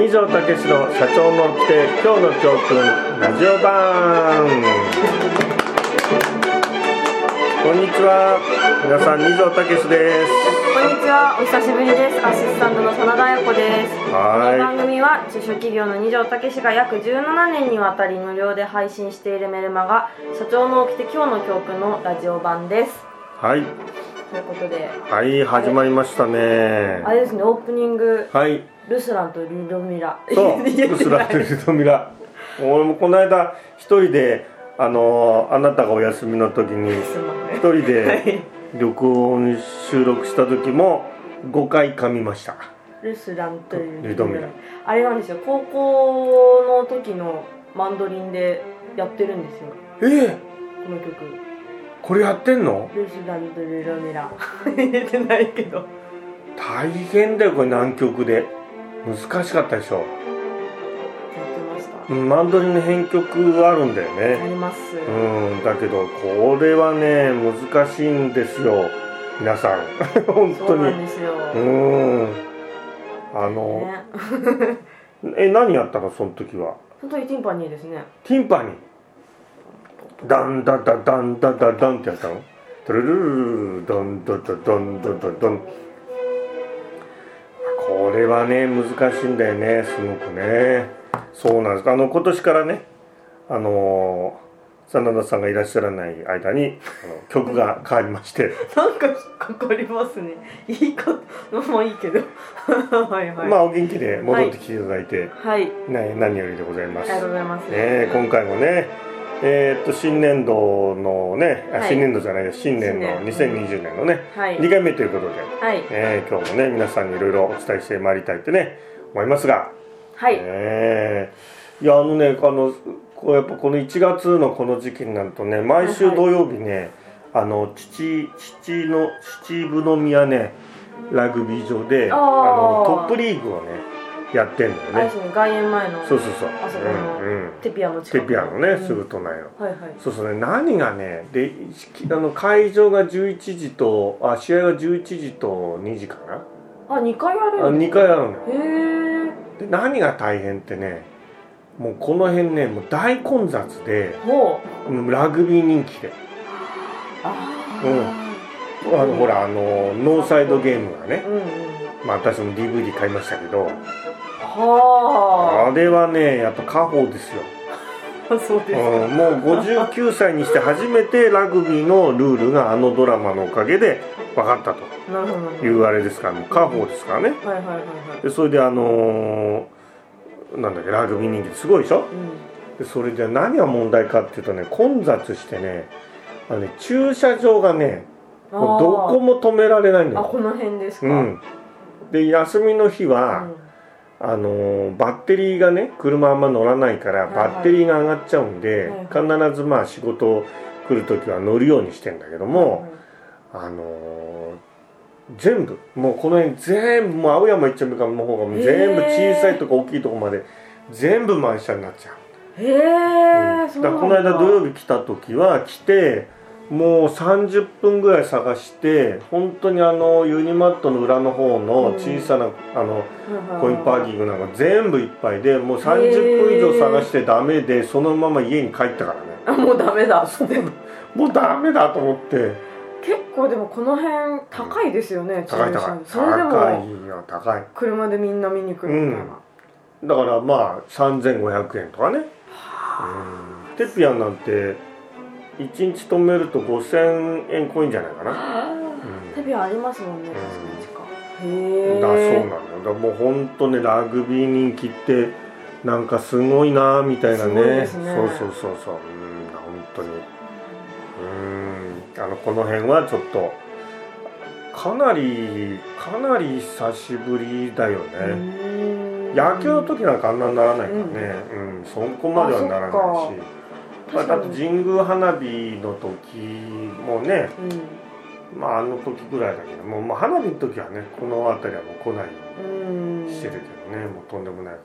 二条武史の社長の来て今日の教訓ラジオ版。こんにちは、皆さん、二条武史です。 こんにちは、お久しぶりです。アシスタントの真田彩子です。この番組は中小企業の二条武史が約17年にわたり無料で配信しているメルマガ社長の起きて今日の教訓のラジオ版です。 はい、 ということで、 はい、始まりましたね。 あれですね、オープニング、 はい、 ルスランとルドミラ。 そう、ルスランとルドミラ。俺もこの間一人であなたがお休みの時に一人で録音収録した時も5回噛みました。 ルスランとルドミラ。 あれなんですよ、高校の時のマンドリンでやってるんですよ。この曲これやってんの？ ルスランとルドミラ入れてないけど大変だよ、これ南極で難しかったでしょ。 やってました。 マンドリンの編曲あるんだよね。 あります。 だけどこれはね難しいんですよ皆さん本当に。そうなんですよ。 何やったのその時は？ その時ティンパニーですね。 ティンパニーダンダダダンダダダンってやったの？トゥルルルルダンダダダンダダダン。これはね難しいんだよね、すごくね。そうなんです。今年からね真田さんがいらっしゃらない間に曲が変わりましてなんか引っかかりますね。言い方まあいいけどはいはい。 まあお元気で戻ってきていただいて、 はい、 何よりでございます。 ありがとうございます。 今回もね新年度のね、 はい、 新年度じゃないです、新年の2020年のね、 はい、 2回目ということで、 はい、 今日もね皆さんにいろいろお伝えしてまいりたいってね思いますが、 はい、 いややっぱこの1月のこの時期になるとね毎週土曜日ね、秩父宮ねラグビー場でトップリーグをねやってんだよね。 外苑前のそうあそこのテピアの近くのテピアのね、すぐ隣の、 はいはい、 そうね、何がねで会場が11時と試合が11時と2時かな。 2回あるんですか？ 2回あるのよ。 へえ。 で何が大変ってね、もうこの辺ねもう大混雑でラグビー人気でほらノーサイドゲームがね、まあ私も DVD 買いましたけど、あれはねやっぱ家宝ですよ。 そうですか。 もう59歳にして初めてラグビーのルールがドラマのおかげで分かったというあれですから、もう家宝ですからね。でそれでなんだっけ、ラグビー人気すごいでしょ。でそれで何が問題かっていうとね、混雑してね駐車場がねどこも止められないんだよ。 この辺ですか。 で休みの日は、バッテリーがね車あんま乗らないからバッテリーが上がっちゃうんで、必ずまあ仕事来る時は乗るようにしてんだけども、全部もうこの辺全部もう青山一丁目からの方がもう全部小さいとこ大きいとこまで全部満車になっちゃう。だからこの間土曜日来た時は来てもう30分ぐらい探して、本当にユニマットの裏の方の小さなコインパーキングなんか全部いっぱいで、もう30分以上探してダメでそのまま家に帰ったからね。 もうダメだもうダメだと思って。 結構でもこの辺高いですよね。 高いそれでも高い車でみんな見に来るみたいな、 だからまあ3500円とかね。テピアなんて1日止めると5000円コインじゃないかな。 テピアありますもんね、確かに。 そうなんだよ。だもう本当ねラグビー人気ってなんかすごいなみたいなね。そう本当にこの辺はちょっとかなり久しぶりだよね。野球の時なんかあんなにならないからね。そこまではならないし、あと神宮花火の時もね、まあ時ぐらいだけどもう花火の時はねこの辺りはもう来ないようにしてるけどね、もうとんでもないこと。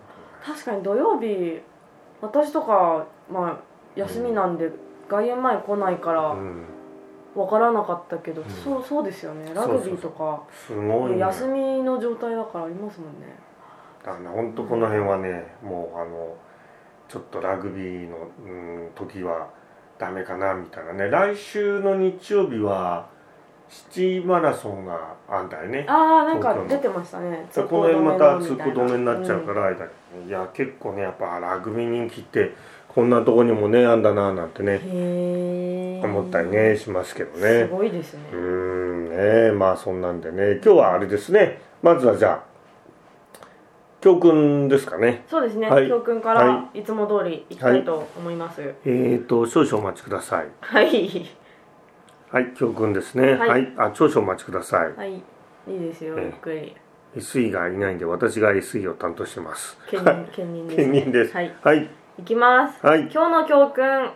確かに土曜日私とかまあ休みなんで外苑前来ないから分からなかったけど、そうですよね。ラグビーとかすごい、ね、 休みの状態だからありますもんね。 だから本当この辺はね、もうちょっとラグビーの、時はダメかなみたいなね。来週の日曜日はシティマラソンがあんだよね。 なんか出てましたね。 この辺また通行止めになっちゃうから、いや結構ねやっぱラグビー人気ってこんなとこにもねあんだななんてね思ったりねしますけどね。 すごいですね。 まあそんなんでね、今日はあれですね、まずはじゃあ教訓ですかね。 そうですね、教訓からいつも通りいきたいと思います。 少々お待ちください。はい、教訓ですね。少々お待ちください。 いいですよ、ゆっくり。 SE がいないんで私が SE を担当してます。 兼任です。 兼任です。 いきます。今日の教訓。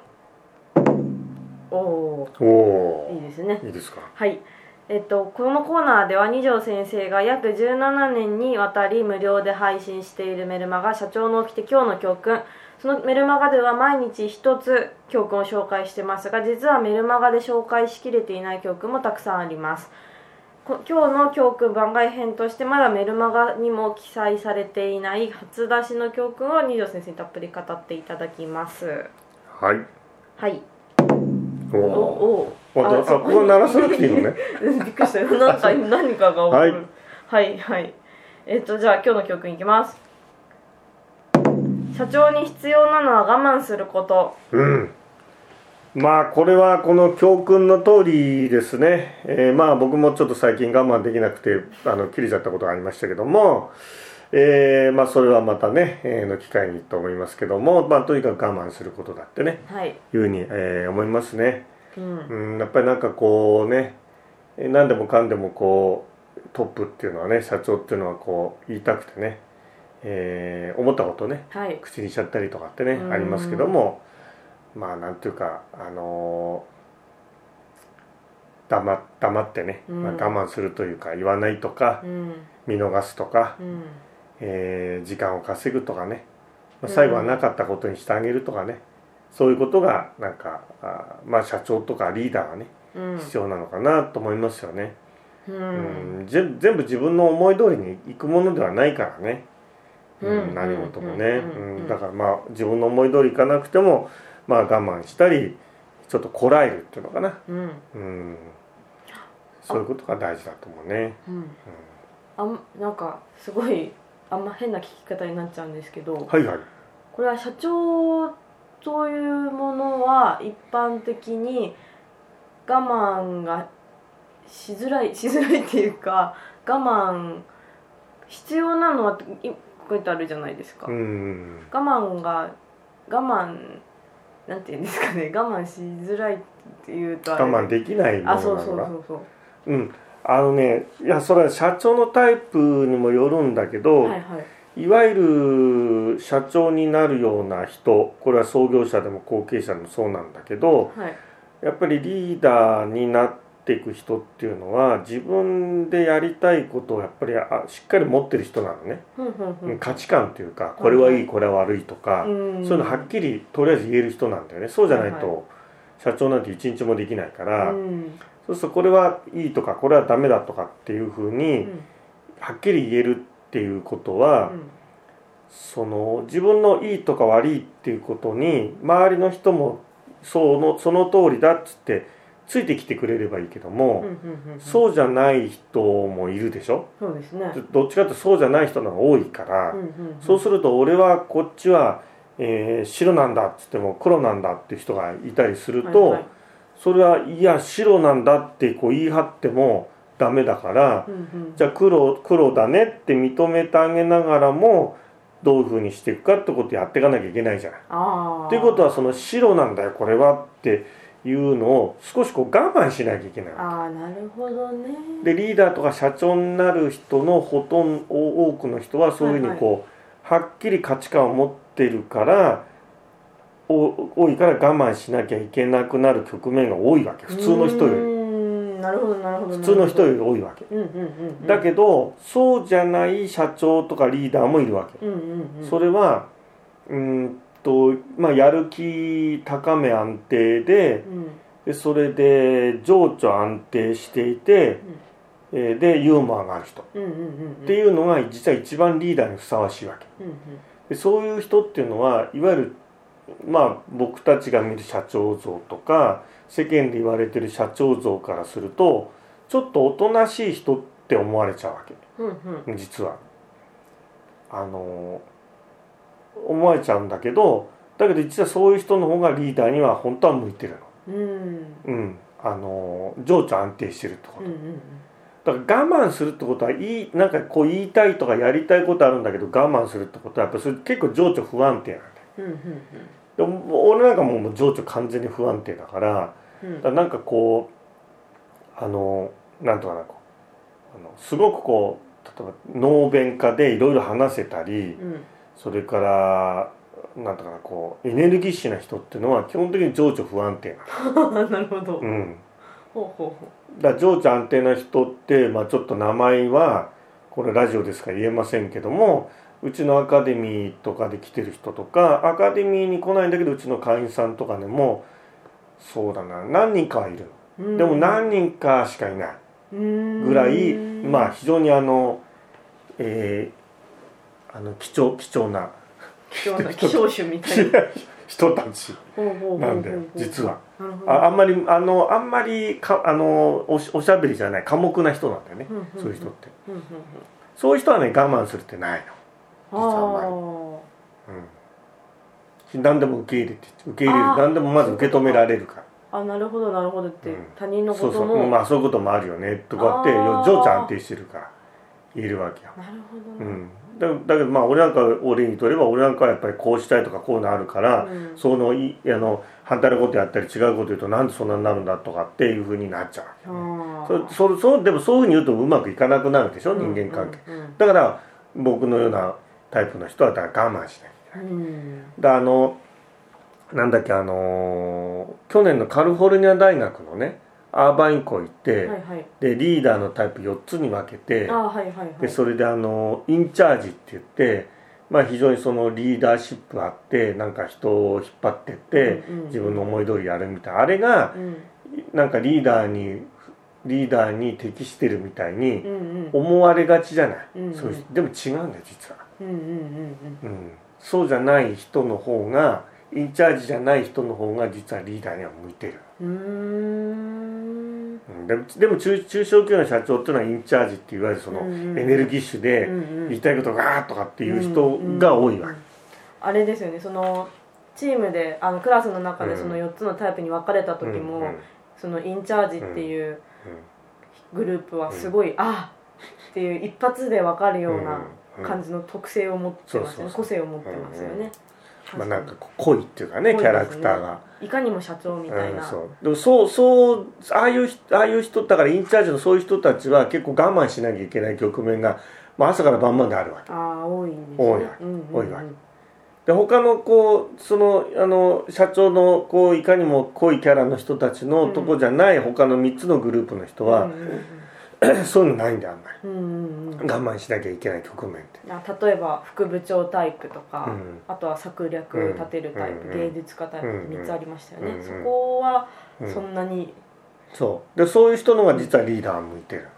いいですね。 いいですか。 このコーナーでは二条先生が約17年にわたり無料で配信しているメルマガ社長の起きて今日の教訓、そのメルマガでは毎日一つ教訓を紹介してますが、実はメルマガで紹介しきれていない教訓もたくさんあります。今日の教訓番外編としてまだメルマガにも記載されていない初出しの教訓を二条先生にたっぷり語っていただきます。 ここ鳴らさなくていいのね。 びっくりしたよ。何かが起こる。じゃあ今日の教訓いきます。社長に必要なのは我慢すること。 まあこれはこの教訓の通りですね。まあ僕もちょっと最近我慢できなくて切れちゃったことがありましたけども、まあそれはまたね、の機会にと思いますけども、まあとにかく我慢することだってね、いうふうに、思いますね。やっぱりなんかこうね、何でもかんでもこうトップっていうのはね、社長っていうのはこう言いたくてね、思ったことをね、口にしちゃったりとかってねありますけども、まあなんていうか黙ってね、我慢するというか言わないとか、見逃すとか、時間を稼ぐとかね、最後はなかったことにしてあげるとかね、そういうことがなんかまあ社長とかリーダーはね、必要なのかなと思いますよね。全部自分の思い通りにいくものではないからね、何事もね。だからまあ自分の思い通りいかなくてもまあ我慢したりちょっとこらえるっていうのかな、そういうことが大事だと思うね。 なんかすごいあんま変な聞き方になっちゃうんですけど、 これは社長というものは一般的に我慢がしづらいっていうか、我慢必要なのはこうやってあるじゃないですか。我慢なんていうんですかね、我慢しづらいっていうと我慢できないものなのが、いやそれは社長のタイプにもよるんだけど、いわゆる社長になるような人、これは創業者でも後継者でもそうなんだけど、やっぱりリーダーになっていく人っていうのは自分でやりたいことをやっぱりしっかり持ってる人なのね。価値観というか、これはいいこれは悪いとか、そういうのはっきりとりあえず言える人なんだよね。そうじゃないと社長なんて一日もできないから、そうするとこれはいいとかこれはダメだとかっていうふうにはっきり言えるっていうことは、その自分のいいとか悪いっていうことに周りの人もその通りだっつってついてきてくれればいいけども、そうじゃない人もいるでしょ。 そうですね。 どっちかというとそうじゃない人の方が多いから、そうすると俺はこっちは、白なんだっつっても黒なんだっていう人がいたりすると、それはいや白なんだってこう言い張ってもダメだから、じゃあ黒だねって認めてあげながらもどういうふうにしていくかってことをやっていかなきゃいけないじゃない。ということはその白なんだよこれはっていうのを少しこう我慢しなきゃいけない。 なるほどね。 でリーダーとか社長になる人の多くの人はそういうふうにこう、はっきり価値観を持ってるから多いから我慢しなきゃいけなくなる局面が多いわけ、普通の人より。 なるほど普通の人より多いわけ。だけどそうじゃない社長とかリーダーもいるわけ。それはまあ、やる気高め安定で、それで情緒安定していて、 でユーモアがある人っていうのが実は一番リーダーにふさわしいわけ。でそういう人っていうのはいわゆる僕たちが見る社長像とか世間で言われてる社長像からするとちょっとおとなしい人って思われちゃうわけ、実は思われちゃうんだけど実はそういう人の方がリーダーには本当は向いてるの。情緒安定してるってこと、だから我慢するってことはなんかこう言いたいとかやりたいことあるんだけど我慢するってことはやっぱそれ結構情緒不安定なんだよ。でも俺なんかもう情緒完全に不安定だから、なんかこうなんとかなすごくこう例えば能弁家でいろいろ話せたり、それからなんとかなこうエネルギッシュな人っていうのは基本的に情緒不安定ななるほど。 だから情緒安定な人って、ちょっと名前はこれラジオですから言えませんけども、うちのアカデミーとかで来てる人とかアカデミーに来ないんだけどうちの会員さんとかでもそうだな何人かはいるの、でも何人かしかいないぐらい非常に貴重な希少種みたいな人たちなんで実はあんまりおしゃべりじゃない寡黙な人なんだよね、そういう人って、そういう人はね我慢するってないの実はあんまり、何でも受け入れる何でもまず受け止められるから。 なるほどなるほどって、他人のこともそういうこともあるよねとかって情緒安定してるから言えるわけよ。 なるほど、 だけど俺にとれば俺なんかはやっぱりこうしたいとかこういうのあるから、反対のことやったり違うこと言うとなんでそんなになるんだとかっていうふうになっちゃうわけ、でもそういうふうに言うとうまくいかなくなるでしょ、人間関係、だから僕のようなタイプの人はだから我慢しなきゃいけない、なんだっけ去年のカリフォルニア大学のねアーバイン校行って、でリーダーのタイプ4つに分けて、でそれでインチャージって言って、非常にそのリーダーシップあってなんか人を引っ張ってって自分の思い通りやるみたいな、あれがなんかリーダーに適してるみたいに思われがちじゃない、でも違うんだよ実は、そうじゃない人の方がインチャージじゃない人の方が実はリーダーには向いてる。でも中小企業の社長っていうのはインチャージっていわゆるそのエネルギッシュで言いたいことがーとかっていう人が多いわけ。 あれですよね、そのチームでクラスの中でその4つのタイプに分かれた時も、そのインチャージっていうグループはすごいっていう一発で分かるような感じの特性を持ってますよね、個性を持ってますよね。 なんか濃いっていうかね、キャラクターがいかにも社長みたいな、 でもああいう人だからインチャージのそういう人たちは結構我慢しなきゃいけない局面が、朝から晩まであるわけ。 多いんですね。 多いわけで、他の社長のいかにも濃いキャラの人たちのとこじゃない他の3つのグループの人は、そういうのないんだよあんまり、我慢しなきゃいけない局面って。 例えば副部長タイプとか、あとは策略立てるタイプ、芸術家タイプ3つありましたよね、そこはそんなに、 そういう人のが実はリーダー向いてる。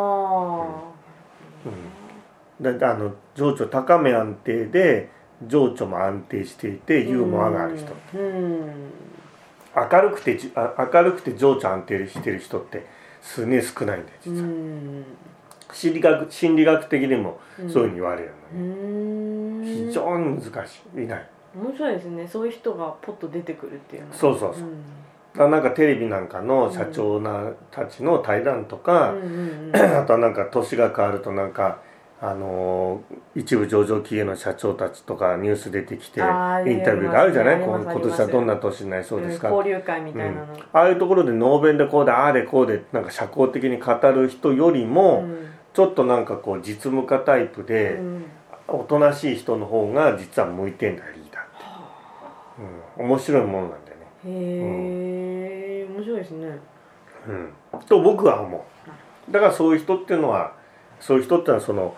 情緒高め安定で情緒も安定していてユーモアがある人、明るくて情緒安定してる人ってすげえ少ないんだよ実は。心理学的にもそういうふうに言われるのね、非常に難しい。いない。 面白いですね、そういう人がポッと出てくるっていうのは。 そう、なんかテレビなんかの社長たちの対談とか、あとはなんか年が変わるとなんか一部上場企業の社長たちとかニュース出てきてインタビューがあるじゃない、今年はどんな年になりそうですか、 交流会みたいなの、 ああいうところで能弁でこうでああでこうでなんか社交的に語る人よりも、ちょっとなんかこう実務家タイプで、おとなしい人の方が実は向いてんだリーダーって、面白いものなんだよね。 へえ、面白いですね。 と僕は思う。だからそういう人っていうのはその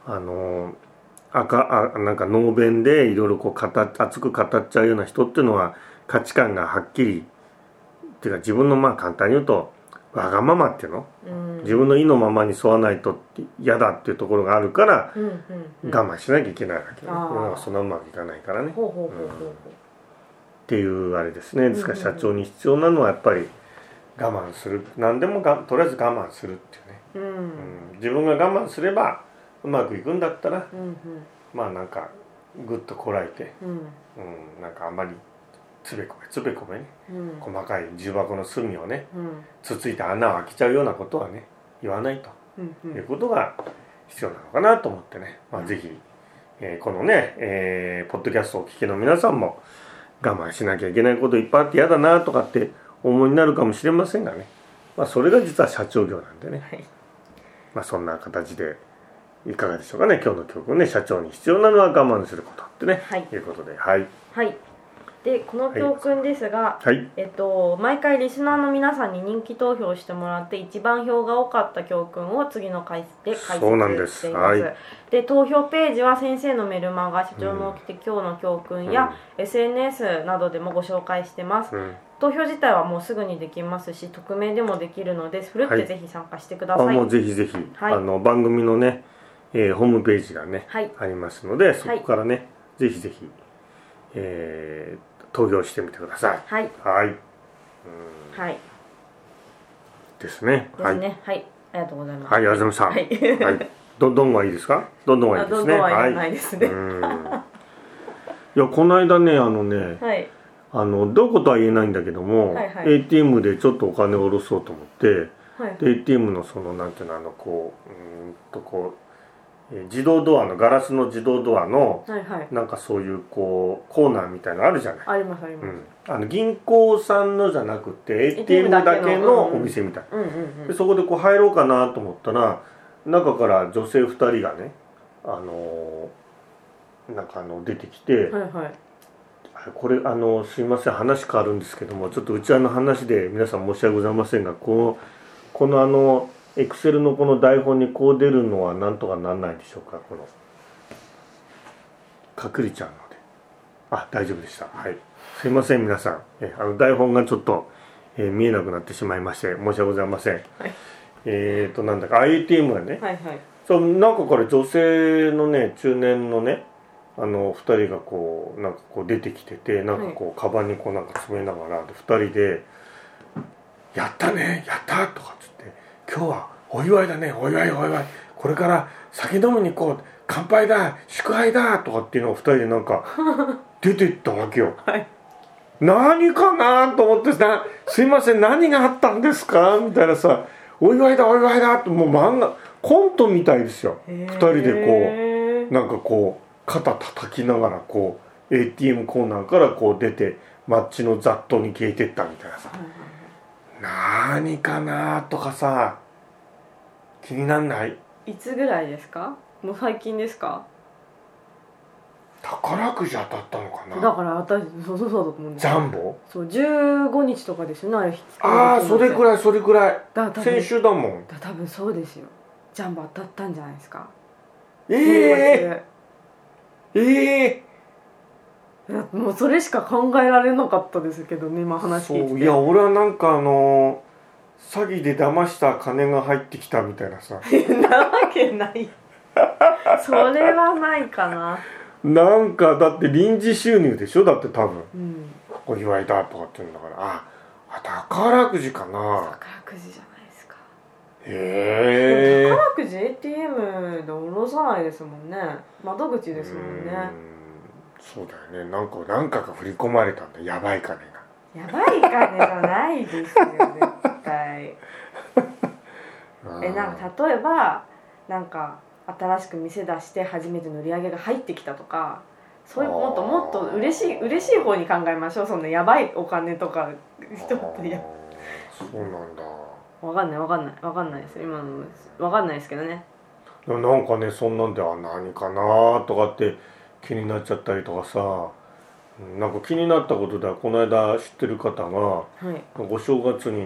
なんか能弁でいろいろこう熱く語っちゃうような人っていうのは価値観がはっきりっていうか自分の簡単に言うとわがままっていうの、自分の意のままに沿わないと嫌だっていうところがあるから、我慢しなきゃいけないわけね。そんなうまくいかないからね。っていうあれですね。ですから社長に必要なのはやっぱり我慢する。何でもとりあえず我慢するっていうね。自分が我慢すればうまくいくんだったら、まあなんかぐっとこらえて、なんかあんまりつべこべね、細かい重箱の隅をね、つついて穴を開けちゃうようなことはね言わないと、いうことが必要なのかなと思ってね、ぜひ、このね、ポッドキャストをお聞きの皆さんも我慢しなきゃいけないこといっぱいあって嫌だなとかって思いになるかもしれませんがね、それが実は社長業なんでね、そんな形でいかがでしょうかね。今日の教訓ね、社長に必要なのは我慢することってね、いうことで、 でこの教訓ですが、毎回リスナーの皆さんに人気投票してもらって一番票が多かった教訓を次の回で解説しています。で投票ページは先生のメルマガ社長の起きて今日の教訓や、SNS などでもご紹介してます。投票自体はもうすぐにできますし匿名でもできるのでふるってぜひ参加してください。 もうぜひぜひ、番組のね、ホームページがね、ありますのでそこからね、ぜひぜひ、投票してみてください。ですね。ありがとうございます。 ありがとうございました。どんどんはいいですか？どんどんはいいですね。 ないですね。 いやこの間ねどういうことは言えないんだけども、ATM でちょっとお金を下ろそうと思って、ATM のそのなんていうの自動ドアのガラスの自動ドアの、なんかそういうコーナーみたいなのあるじゃない。 あります。 銀行さんのじゃなくて ATM だけのお店みたいな。でそこで入ろうかなと思ったら中から女性2人がね出てきて、これすいません話変わるんですけどもちょっとうちの話で皆さん申し訳ございませんがこのエクセルのこの台本にこう出るのはなんとかなんないでしょうか。この隠れちゃうので大丈夫でした。すいません皆さん台本がちょっと、見えなくなってしまいまして申し訳ございません。なんだか ATM がね、中から女性のね中年のね2人が出てきててカバンに詰めながら2人で「やったねやった!」とかっつって「今日はお祝いだねお祝いこれから酒飲みに行こう乾杯だ祝杯だ!」とかっていうのを2人で出てったわけよ。何かなと思ってさ「すいません何があったんですか?」みたいなさ「お祝いだってもう漫画コントみたいですよ。2人で肩叩きながらATM コーナーから出てマッチの雑踏に消えてったみたいなさ、何かなとかさ気になんない？ いつぐらいですか？もう最近ですか？ 宝くじ当たったのかな。 だから私そうだと思うんですジャンボ？ そう15日とかですよねあれ。 それくらい先週だもん。 多分そうですよ。ジャンボ当たったんじゃないですか。もうそれしか考えられなかったですけどね今話聞いてて。 いや俺は詐欺で騙した金が入ってきたみたいなさなわけないそれはないかな。 だって臨時収入でしょだって多分、お祝いだとかって言うんだから宝くじかな。 宝くじじゃないですか。宝くじ ATM で下ろさないですもんね。窓口ですもんね。 そうだよね。なんかが振り込まれたんだ。やばい金が。 やばい金じゃないですよ絶対例えば新しく店出して初めての売り上げが入ってきたとかそういうもっと嬉しい方に考えましょう。そんなやばいお金とか人ってそうなんだ。 わかんないです今のわかんないですけどね。 そんなんで何かなとかって気になっちゃったりとかさ気になったことではこの間知ってる方が、お正月に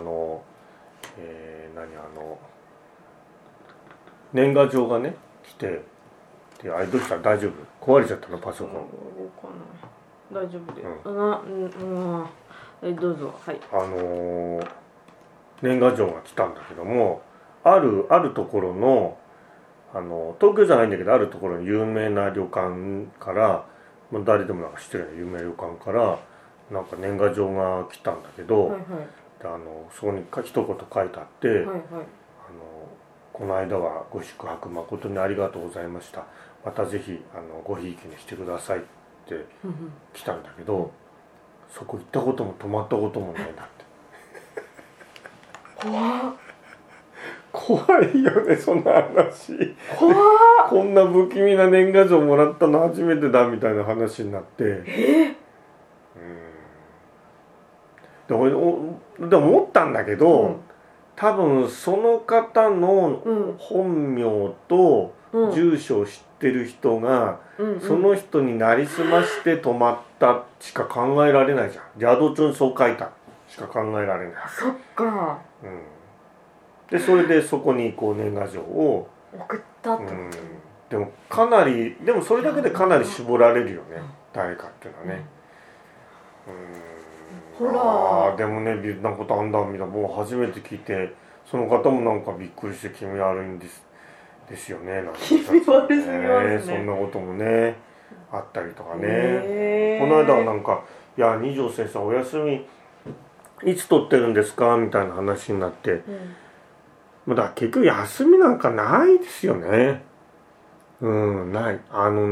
年賀状がね来てあれどうした大丈夫壊れちゃったのパソコン。 大丈夫です。どうぞ。 年賀状が来たんだけども、あるところの東京じゃないんだけど、あるところの有名な旅館から、まあ、誰でもなんか知ってるような有名な旅館からなんか年賀状が来たんだけど、 はいはい、 でそこに一言書いてあって、はいはい、この間はご宿泊誠にありがとうございました。またぜひごひいきにしてくださいって来たんだけど、そこ行ったことも泊まったこともないんだって。怖いよね、そんな話。こんな不気味な年賀状もらったの初めてだみたいな話になって、でも思ったんだけど、多分その方の本名と住所を知ってる人が、その人になりすまして泊まったしか考えられないじゃん。宿帳にそう書いたしか考えられない。 そっか。 でそれでそこにこう年賀状を送ったってこと、 でもかなり、でもそれだけでかなり絞られるよね、誰かっていうのはね。ほらでもね、ビビなことあんだみたいな、もう初めて聞いて、その方もなんかびっくりして気味悪いんですよね、なんか気味悪すぎますね。 そんなこともねあったりとかね。この間はなんか、いや二条先生お休みいつ取ってるんですかみたいな話になって、だから結局休みなんかないですよね。ない。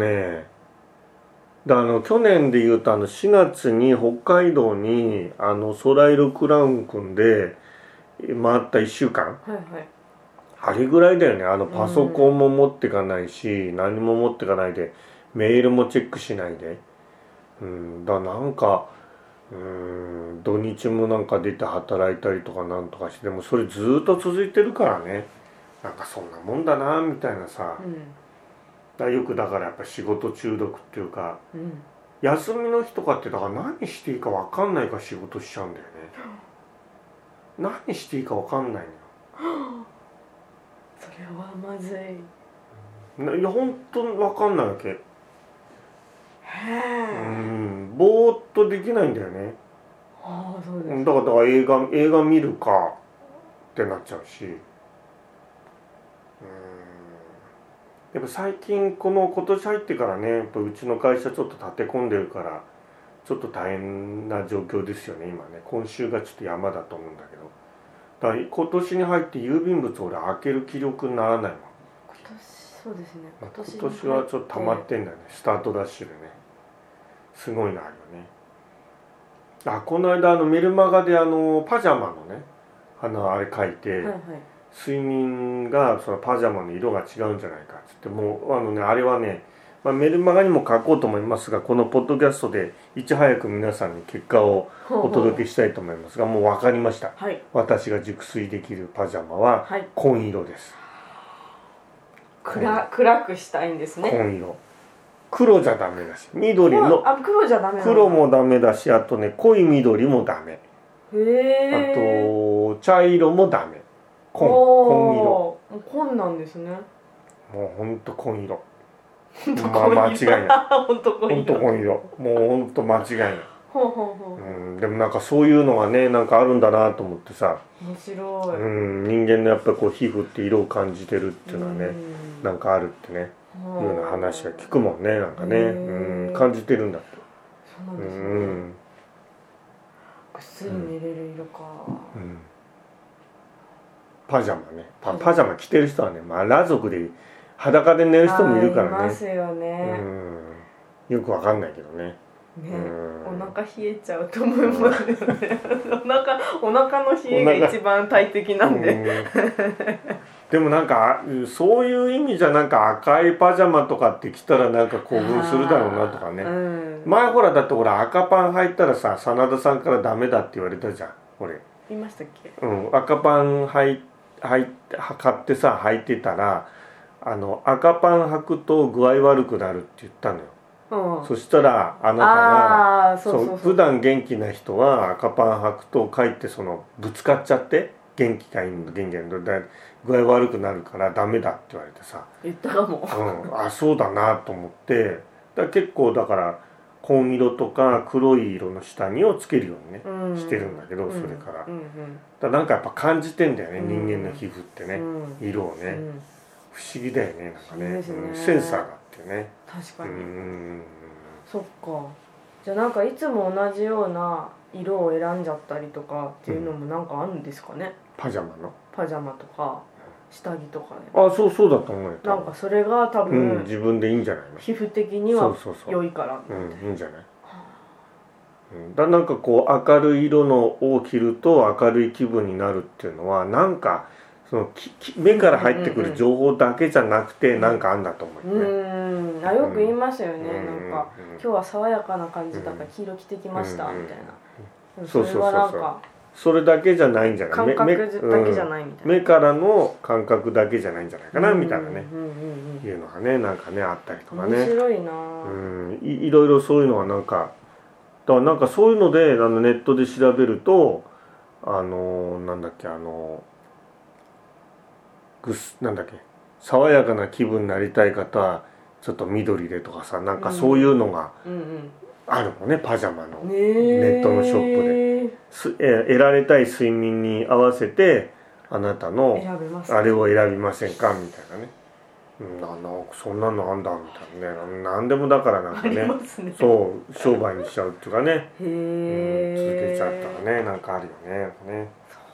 去年で言うと4月に北海道にソライロクラウン君で回った1週間、はいはい、あれぐらいだよね。パソコンも持ってかないし、何も持ってかないで、メールもチェックしないで、だからなんか土日もなんか出て働いたりとかなんとかして、でもそれずっと続いてるからね、なんかそんなもんだなみたいなさ、よくだからやっぱ仕事中毒っていうか、休みの日とかってだから何していいか分かんないから仕事しちゃうんだよね。何していいか分かんないのよ。 それはまずい。いや本当に分かんないわけ。ぼーっとできないんだよね。 そうです。 だから映画見るかってなっちゃうし、やっぱ最近今年入ってからね、やっぱうちの会社ちょっと立て込んでるからちょっと大変な状況ですよね今ね。今週がちょっと山だと思うんだけど、だから今年に入って郵便物俺開ける気力にならないもん。 そうですね。 今年はちょっと溜まってんだよね、スタートダッシュでね。すごいのあるよね。この間メルマガでパジャマのねあれ書いて、はいはい、睡眠がそのパジャマの色が違うんじゃないかっつって、もうあれはね、メルマガにも書こうと思いますが、このポッドキャストでいち早く皆さんに結果をお届けしたいと思いますが、もう分かりました、はい、私が熟睡できるパジャマは紺色です、 暗くしたいんですね。 紺色、黒じゃダメだし、緑の黒じゃダメなの？ 黒もダメだし、あとね濃い緑もダメ、あと茶色もダメ、紺色。 紺なんですね。 もうほんと紺色。間違いない。 ほんと紺色。もうほんと間違いない。でもなんかそういうのがね、なんかあるんだなと思ってさ。 面白い。 人間のやっぱり皮膚って色を感じてるっていうのはね、なんかあるってね、いうような話は聞くもんね、なんかね。感じてるんだって。 そうなんですね。ぐっすり寝れる色か。 パジャマね、パジャマ着てる人はね、裸族で裸で寝る人もいるからね。 いますよね。 よくわかんないけどね。 お腹冷えちゃうと思いますよね。お腹の冷えが一番大敵なんで。 でもなんかそういう意味じゃなんか赤いパジャマとかって着たらなんか興奮するだろうなとかね。前ほらだって赤パン履いたらさ、真田さんからダメだって言われたじゃん、俺。 言いましたっけ？ 赤パン買ってさ履いてたら、赤パン履くと具合悪くなるって言ったのよ。そしたらあなたが普段元気な人は赤パン履くとかえってぶつかっちゃって元気がいいの具合悪くなるからダメだって言われてさ、 言ったかも。 そうだなと思って、結構だから紺色とか黒い色の下着をつけるようにね、してるんだけど、それから、なんかやっぱ感じてんだよね、人間の皮膚ってね、色をね、不思議だよね、なんかね、センサーがあってね。 確かに。そっか。じゃあなんかいつも同じような色を選んじゃったりとかっていうのもなんかあるんですかね。 パジャマとか下着とかね。 そうだと思うよ。 なんかそれが多分、 自分でいいんじゃないの。 皮膚的には良いから。 いいんじゃない。なんかこう明るい色のを着ると明るい気分になるっていうのは、なんかその目から入ってくる情報だけじゃなくて、なんかあんだと思うよね。 よく言いますよね。なんか今日は爽やかな感じだから黄色着てきましたみたいな。それはなんかそれだけじゃないんじゃない。 感覚だけじゃないみたいな。 目からの感覚だけじゃないんじゃないかなみたいなね、いうのがね、なんかねあったりとかね。 面白いな。 いろいろそういうのはなんか、だからなんかそういうのでネットで調べると、なんだっけ、なんだっけ、爽やかな気分になりたい方はちょっと緑でとかさ、なんかそういうのがあるのね、パジャマのネットのショップで、得られたい睡眠に合わせてあなたのあれを選びませんかみたいなね。そんなのあんだみたいなね。何でもだからなんかね、そう商売にしちゃうっていうかね、続けちゃったらね、なんかあるよね。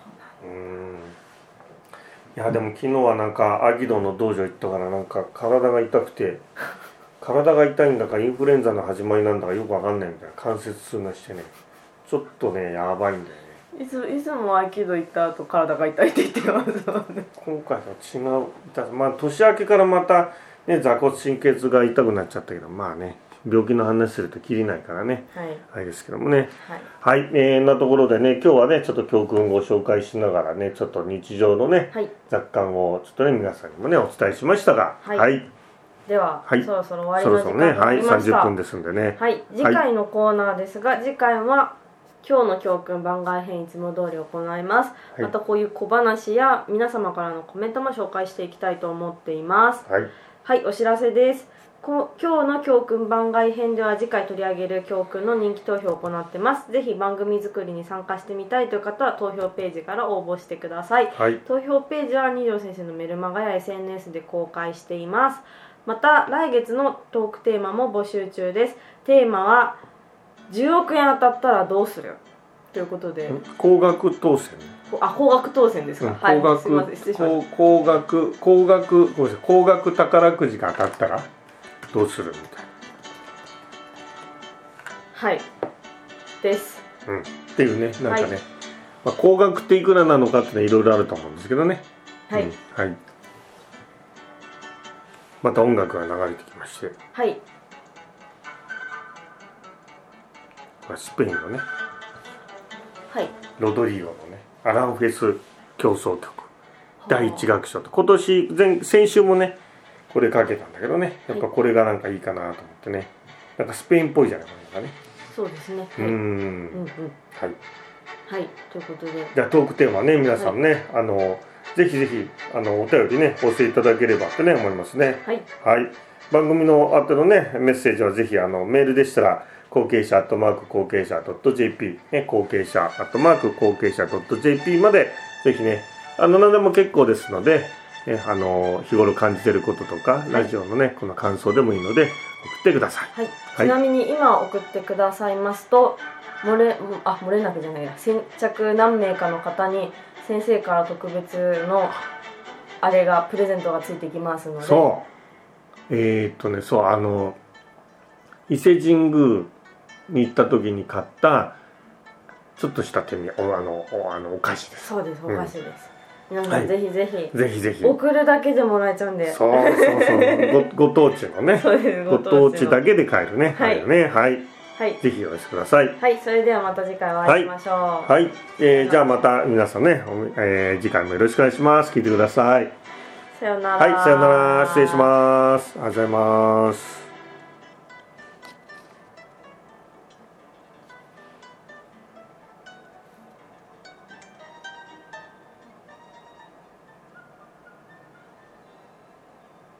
いやでも昨日はなんかアギドの道場行ったから、なんか体が痛くて、体が痛いんだかインフルエンザの始まりなんだかよくわかんないみたいな、関節痛がしてね、ちょっとねやばいんだよね。 いつも合気道行った後体が痛いって言ってますもんね。今回と違う痛さ、年明けからまたね坐骨神経痛が痛くなっちゃったけど、病気の話するときりないからね、あれですけどもね。なところでね、今日はねちょっと教訓をご紹介しながらね、ちょっと日常のね、雑感をちょっとね皆さんにもねお伝えしましたが、 では、そろそろ終わりの時間になりました。 30分ですんでね。 次回のコーナーですが、次回は今日の教訓番外編いつも通り行います。またこういう小話や皆様からのコメントも紹介していきたいと思っています。お知らせです。今日の教訓番外編では次回取り上げる教訓の人気投票を行ってます。ぜひ番組作りに参加してみたいという方は投票ページから応募してください。投票ページは二条先生のメルマガや SNS で公開しています。また来月のトークテーマも募集中です。テーマは10億円当たったらどうするということで、 高額当選。 高額当選ですか。 高額宝くじが当たったらどうするみたいな。 です。 っていうね、なんかね、高額っていくらなのかっていろいろあると思うんですけどね。また音楽が流れてきまして。スペインのね、ロドリゴのね、アランフェス協奏曲第1楽章と、先週もねこれかけたんだけどね、やっぱこれがなんかいいかなと思ってね、なんかスペインっぽいじゃないかね。 そうですね。ということで、 じゃあトークテーマね、皆さんね、ぜひぜひお便りねお寄せいただければとね思いますね。番組の後のねメッセージはぜひメールでしたら後継者後継者 .jp 後継者後継者 .jp までぜひね何でも結構ですので、日頃感じていることとか、ラジオのねこの感想でもいいので送ってください。 ちなみに今送ってくださいますと漏れなくじゃないや、先着何名かの方に先生から特別のあれがプレゼントがついてきますので、 伊勢神宮に行った時に買ったちょっとしたお菓子です。 そうです、お菓子です。皆さんぜひぜひ送るだけでもらえちゃうんで、 ご当地のねご当地だけで買えるね。ぜひお寄せください。 それではまた次回お会いしましょう。 じゃあまた皆さんね、次回もよろしくお願いします。聞いてください。 さようなら。 さようなら。失礼します。ありがとうございます。